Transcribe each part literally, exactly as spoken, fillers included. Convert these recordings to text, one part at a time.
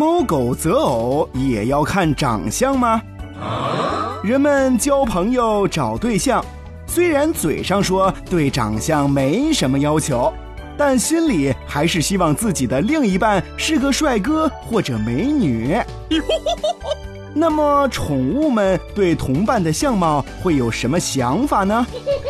猫狗择偶也要看长相吗？人们交朋友找对象，虽然嘴上说对长相没什么要求，但心里还是希望自己的另一半是个帅哥或者美女。那么宠物们对同伴的相貌会有什么想法呢？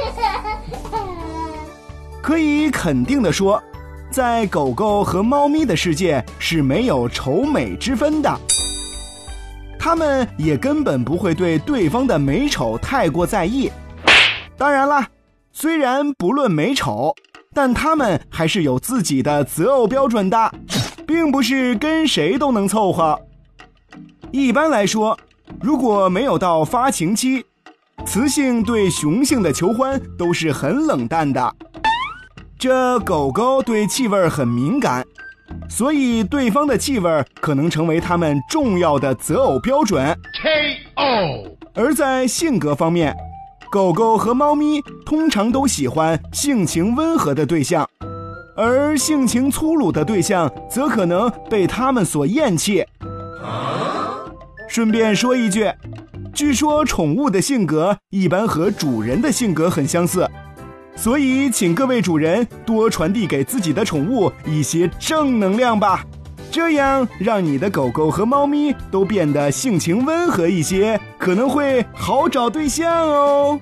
可以肯定地说，在狗狗和猫咪的世界是没有丑美之分的，它们也根本不会对对方的美丑太过在意。当然啦，虽然不论美丑，但它们还是有自己的择偶标准的，并不是跟谁都能凑合。一般来说，如果没有到发情期，雌性对雄性的求欢都是很冷淡的。这狗狗对气味很敏感，所以对方的气味可能成为它们重要的择偶标准。K O。而在性格方面，狗狗和猫咪通常都喜欢性情温和的对象，而性情粗鲁的对象则可能被它们所厌弃。顺便说一句，据说宠物的性格一般和主人的性格很相似，所以请各位主人多传递给自己的宠物一些正能量吧，这样让你的狗狗和猫咪都变得性情温和一些，可能会好找对象哦。